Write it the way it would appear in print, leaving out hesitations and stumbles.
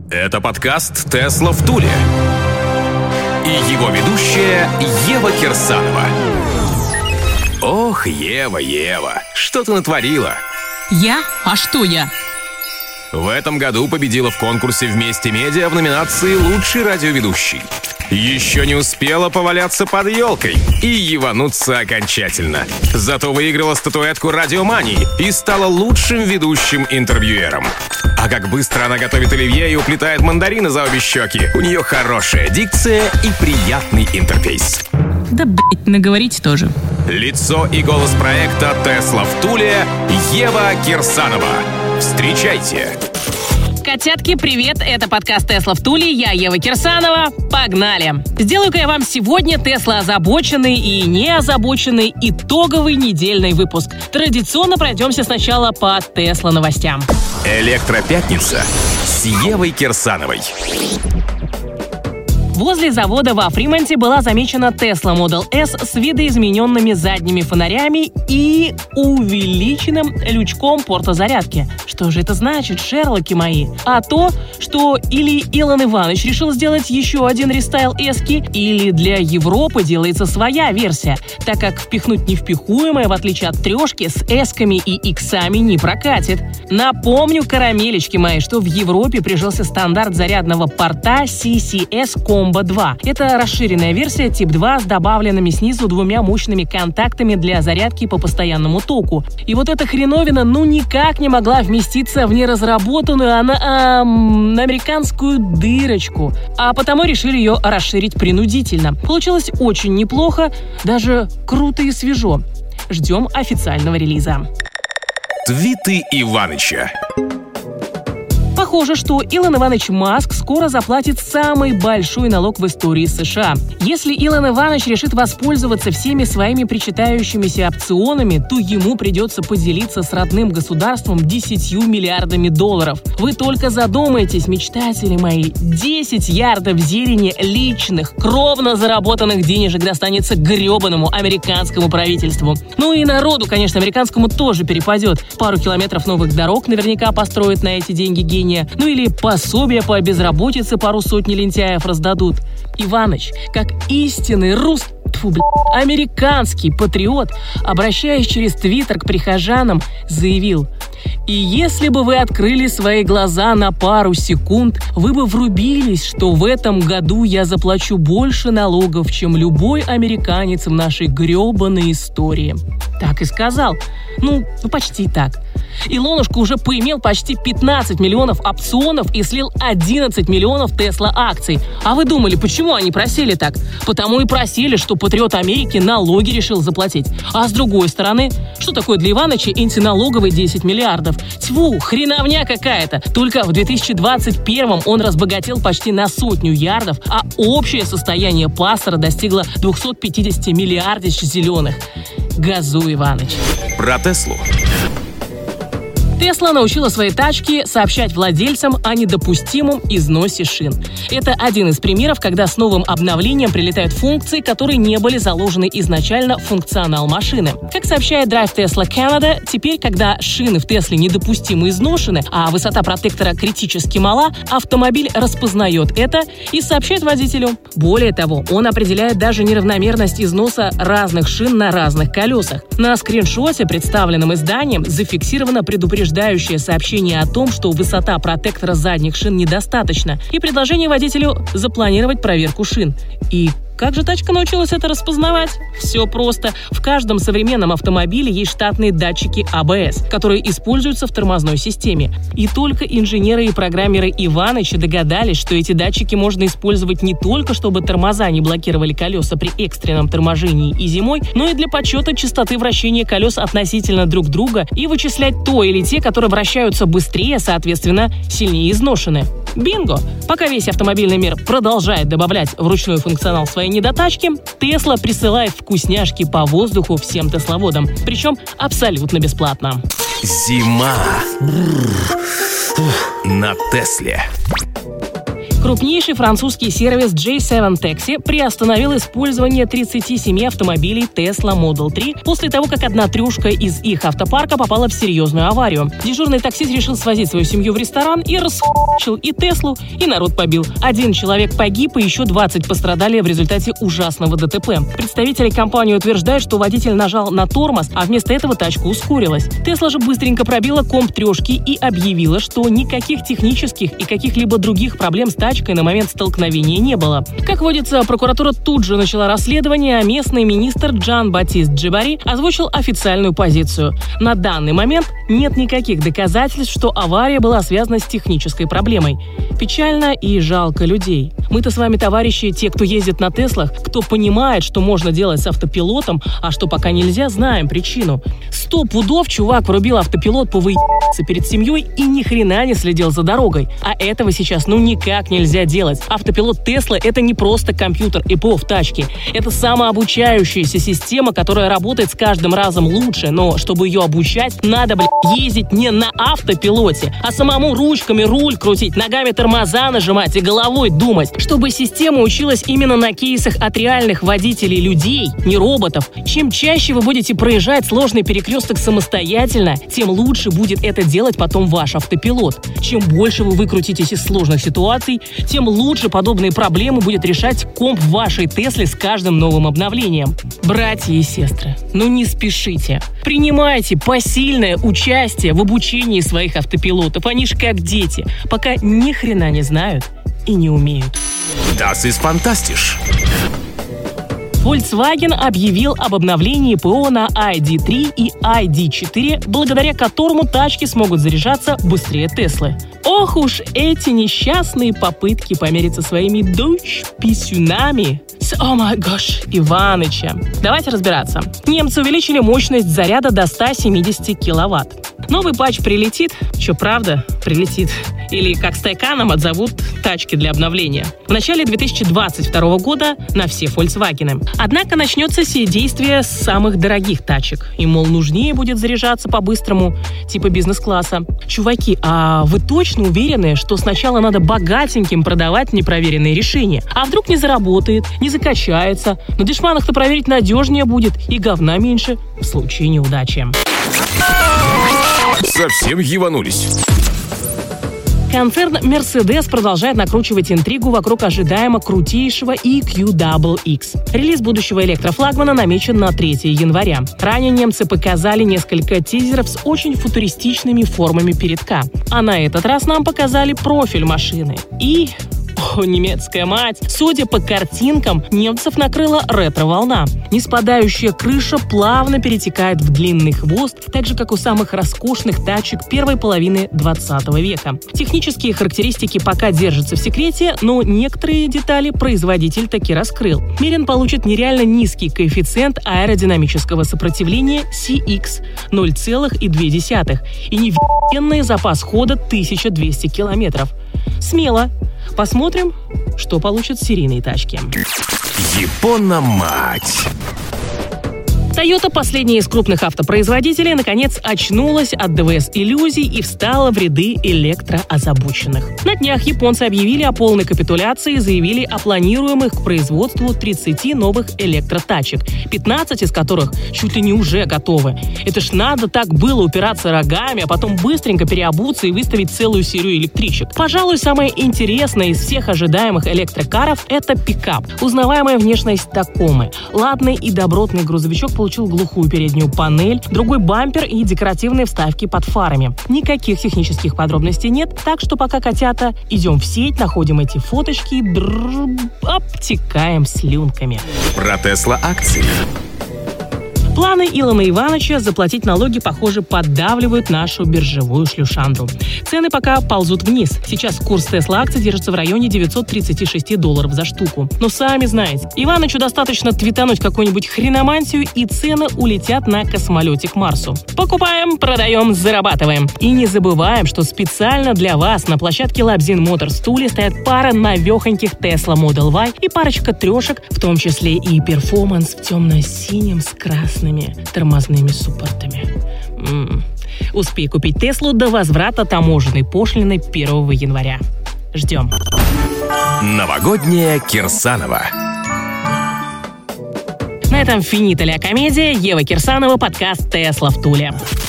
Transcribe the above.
Это подкаст «Тесла в Туле». И его ведущая Ева Кирсанова. Ох, Ева, что ты натворила? Я? А что я? В этом году победила в конкурсе «Вместе Медиа» в номинации «Лучший радиоведущий». Еще не успела поваляться под елкой и евануться окончательно. Зато выиграла статуэтку «Радиомании» и стала лучшим ведущим-интервьюером. А как быстро она готовит оливье и уплетает мандарины за обе щеки. У нее хорошая дикция и приятный интерфейс. Да, наговорите тоже. Лицо и голос проекта «Тесла в Туле» Ева Кирсанова. Встречайте! Котятки, привет! Это подкаст «Тесла в Туле». Я Ева Кирсанова. Погнали! Сделаю-ка я вам сегодня Тесла озабоченный и не озабоченный итоговый недельный выпуск. Традиционно пройдемся сначала по Тесла новостям. Электропятница с Евой Кирсановой. Возле завода во Фримонте была замечена Tesla Model S с видоизмененными задними фонарями и увеличенным лючком порта зарядки. Что же это значит, шерлоки мои? А то, что или Илон Иванович решил сделать еще один рестайл S-ки, или для Европы делается своя версия, так как впихнуть невпихуемое, в отличие от трешки, с S-ками и X-ами не прокатит. Напомню, карамелечки мои, что в Европе прижился стандарт зарядного порта CCS Combo 2. Это расширенная версия тип 2 с добавленными снизу двумя мощными контактами для зарядки по постоянному току. И вот эта хреновина никак не могла вместиться в неразработанную американскую дырочку. А потому решили ее расширить принудительно. Получилось очень неплохо, даже круто и свежо. Ждем официального релиза. Твиты Иваныча. Похоже, что Илон Иванович Маск скоро заплатит самый большой налог в истории США. Если Илон Иванович решит воспользоваться всеми своими причитающимися опционами, то ему придется поделиться с родным государством 10 миллиардами долларов. Вы только задумайтесь, мечтатели мои, 10 ярдов зелени личных, кровно заработанных денежек достанется гребаному американскому правительству. Ну и народу, конечно, американскому тоже перепадет. Пару километров новых дорог наверняка построят на эти деньги гения. Ну или пособие по безработице пару сотни лентяев раздадут. Иваныч, как истинный американский патриот, обращаясь через Твиттер к прихожанам, заявил: «И если бы вы открыли свои глаза на пару секунд, вы бы врубились, что в этом году я заплачу больше налогов, чем любой американец в нашей гребаной истории». Так и сказал. Ну, почти так. Илонушка уже поимел почти 15 миллионов опционов и слил 11 миллионов Тесла акций. А вы думали, почему они просели так? Потому и просели, что патриот Америки налоги решил заплатить. А с другой стороны, что такое для Иваныча антиналоговые 10 миллиардов? Тьфу, хреновня какая-то. Только в 2021 он разбогател почти на 100 ярдов, а общее состояние пастора достигло 250 миллиардов зеленых. Газуй, Иваныч. Про Теслу. Тесла научила свои тачки сообщать владельцам о недопустимом износе шин. Это один из примеров, когда с новым обновлением прилетают функции, которые не были заложены изначально в функционал машины. Как сообщает Drive Tesla Canada, теперь, когда шины в Тесле недопустимо изношены, а высота протектора критически мала, автомобиль распознает это и сообщает водителю. Более того, он определяет даже неравномерность износа разных шин на разных колесах. На скриншоте, представленном изданием, зафиксировано предупреждение сообщение о том, что высота протектора задних шин недостаточно, и предложение водителю запланировать проверку шин. И как же тачка научилась это распознавать? Все просто. В каждом современном автомобиле есть штатные датчики АБС, которые используются в тормозной системе. И только инженеры и программеры Иваныча догадались, что эти датчики можно использовать не только, чтобы тормоза не блокировали колеса при экстренном торможении и зимой, но и для подсчета частоты вращения колес относительно друг друга и вычислять то или те, которые вращаются быстрее, соответственно, сильнее изношены. Бинго! Пока весь автомобильный мир продолжает добавлять в ручной функционал свои недотачки, Тесла присылает вкусняшки по воздуху всем тесловодам, причем абсолютно бесплатно. Зима на Тесле. Крупнейший французский сервис J7 Taxi приостановил использование 37 автомобилей Tesla Model 3 после того, как одна трешка из их автопарка попала в серьезную аварию. Дежурный таксист решил свозить свою семью в ресторан и расхуячил и Теслу, и народ побил. 1 человек погиб, и еще 20 пострадали в результате ужасного ДТП. Представители компании утверждают, что водитель нажал на тормоз, а вместо этого тачка ускорилась. Тесла же быстренько пробила комп трешки и объявила, что никаких технических и каких-либо других проблем с тачкой на момент столкновения не было. Как водится, прокуратура тут же начала расследование, а местный министр Жан-Батист Джебари озвучил официальную позицию. На данный момент нет никаких доказательств, что авария была связана с технической проблемой. Печально и жалко людей. Мы-то с вами, товарищи, те, кто ездит на Теслах, кто понимает, что можно делать с автопилотом, а что пока нельзя, знаем причину. 100 пудов чувак врубил автопилот по выебаться перед семьей и ни хрена не следил за дорогой. А этого сейчас никак нельзя делать. Автопилот Тесла — это не просто компьютер и ПО в тачке. Это самообучающаяся система, которая работает с каждым разом лучше. Но чтобы ее обучать, надо, ездить не на автопилоте, а самому ручками руль крутить, ногами тормоза нажимать и головой думать. Чтобы система училась именно на кейсах от реальных водителей людей, не роботов. Чем чаще вы будете проезжать сложный перекресток самостоятельно, тем лучше будет это делать потом ваш автопилот. Чем больше вы выкрутитесь из сложных ситуаций, тем лучше подобные проблемы будет решать комп вашей Тесле с каждым новым обновлением. Братья и сестры, не спешите. Принимайте посильное участие в обучении своих автопилотов. Они ж как дети, пока ни хрена не знают и не умеют. Das ist fantastisch. Volkswagen объявил об обновлении ПО на ID.3 и ID.4, благодаря которому тачки смогут заряжаться быстрее Теслы. Ох уж эти несчастные попытки помериться своими писюнами с Иваныча. Давайте разбираться. Немцы увеличили мощность заряда до 170 киловатт. Новый патч прилетит? Чё, правда? Прилетит. Или, как с Тайканом, отзовут тачки для обновления. В начале 2022 года на все Volkswagen. Однако начнется действие с самых дорогих тачек. И, нужнее будет заряжаться по-быстрому, типа бизнес-класса. Чуваки, а вы точно уверены, что сначала надо богатеньким продавать непроверенные решения? А вдруг не заработает, не закачается? На дешманах-то проверить надежнее будет и говна меньше в случае неудачи. Совсем ебанулись. Концерн Mercedes продолжает накручивать интригу вокруг ожидаемо крутейшего EQXX. Релиз будущего электрофлагмана намечен на 3 января. Ранее немцы показали несколько тизеров с очень футуристичными формами передка. А на этот раз нам показали профиль машины. И... немецкая мать. Судя по картинкам, немцев накрыла ретро-волна. Неспадающая крыша плавно перетекает в длинный хвост, так же, как у самых роскошных тачек первой половины 20 века. Технические характеристики пока держатся в секрете, но некоторые детали производитель таки раскрыл. Мерин получит нереально низкий коэффициент аэродинамического сопротивления CX 0,2 и невероятный запас хода 1200 километров. Смело. Посмотрим, что получат серийные тачки. Япона-мать! Toyota, последняя из крупных автопроизводителей, наконец очнулась от ДВС-иллюзий и встала в ряды электроозабоченных. На днях японцы объявили о полной капитуляции и заявили о планируемых к производству 30 новых электротачек, 15 из которых чуть ли не уже готовы. Это ж надо так было упираться рогами, а потом быстренько переобуться и выставить целую серию электричек. Пожалуй, самое интересное из всех ожидаемых электрокаров — это пикап. Узнаваемая внешность Такомы. Ладный и добротный грузовичок получил глухую переднюю панель, другой бампер и декоративные вставки под фарами. Никаких технических подробностей нет, так что пока, котята, идем в сеть, находим эти фоточки и обтекаем слюнками. Про Тесла акции. Планы Илона Ивановича заплатить налоги, похоже, поддавливают нашу биржевую шлюшандру. Цены пока ползут вниз. Сейчас курс Тесла акций держится в районе $936 за штуку. Но сами знаете, Ивановичу достаточно твитануть какую-нибудь хреномантию, и цены улетят на космолете к Марсу. Покупаем, продаем, зарабатываем. И не забываем, что специально для вас на площадке Labzin Motors Туле стоят пара новехоньких Tesla Model Y и парочка трешек, в том числе и перформанс в темно-синем с красными тормозными суппортами. Успей купить Теслу до возврата таможенной пошлины 1 января. Ждем. Новогодняя Кирсанова. На этом финита ля комедия. Ева Кирсанова, подкаст «Тесла в Туле».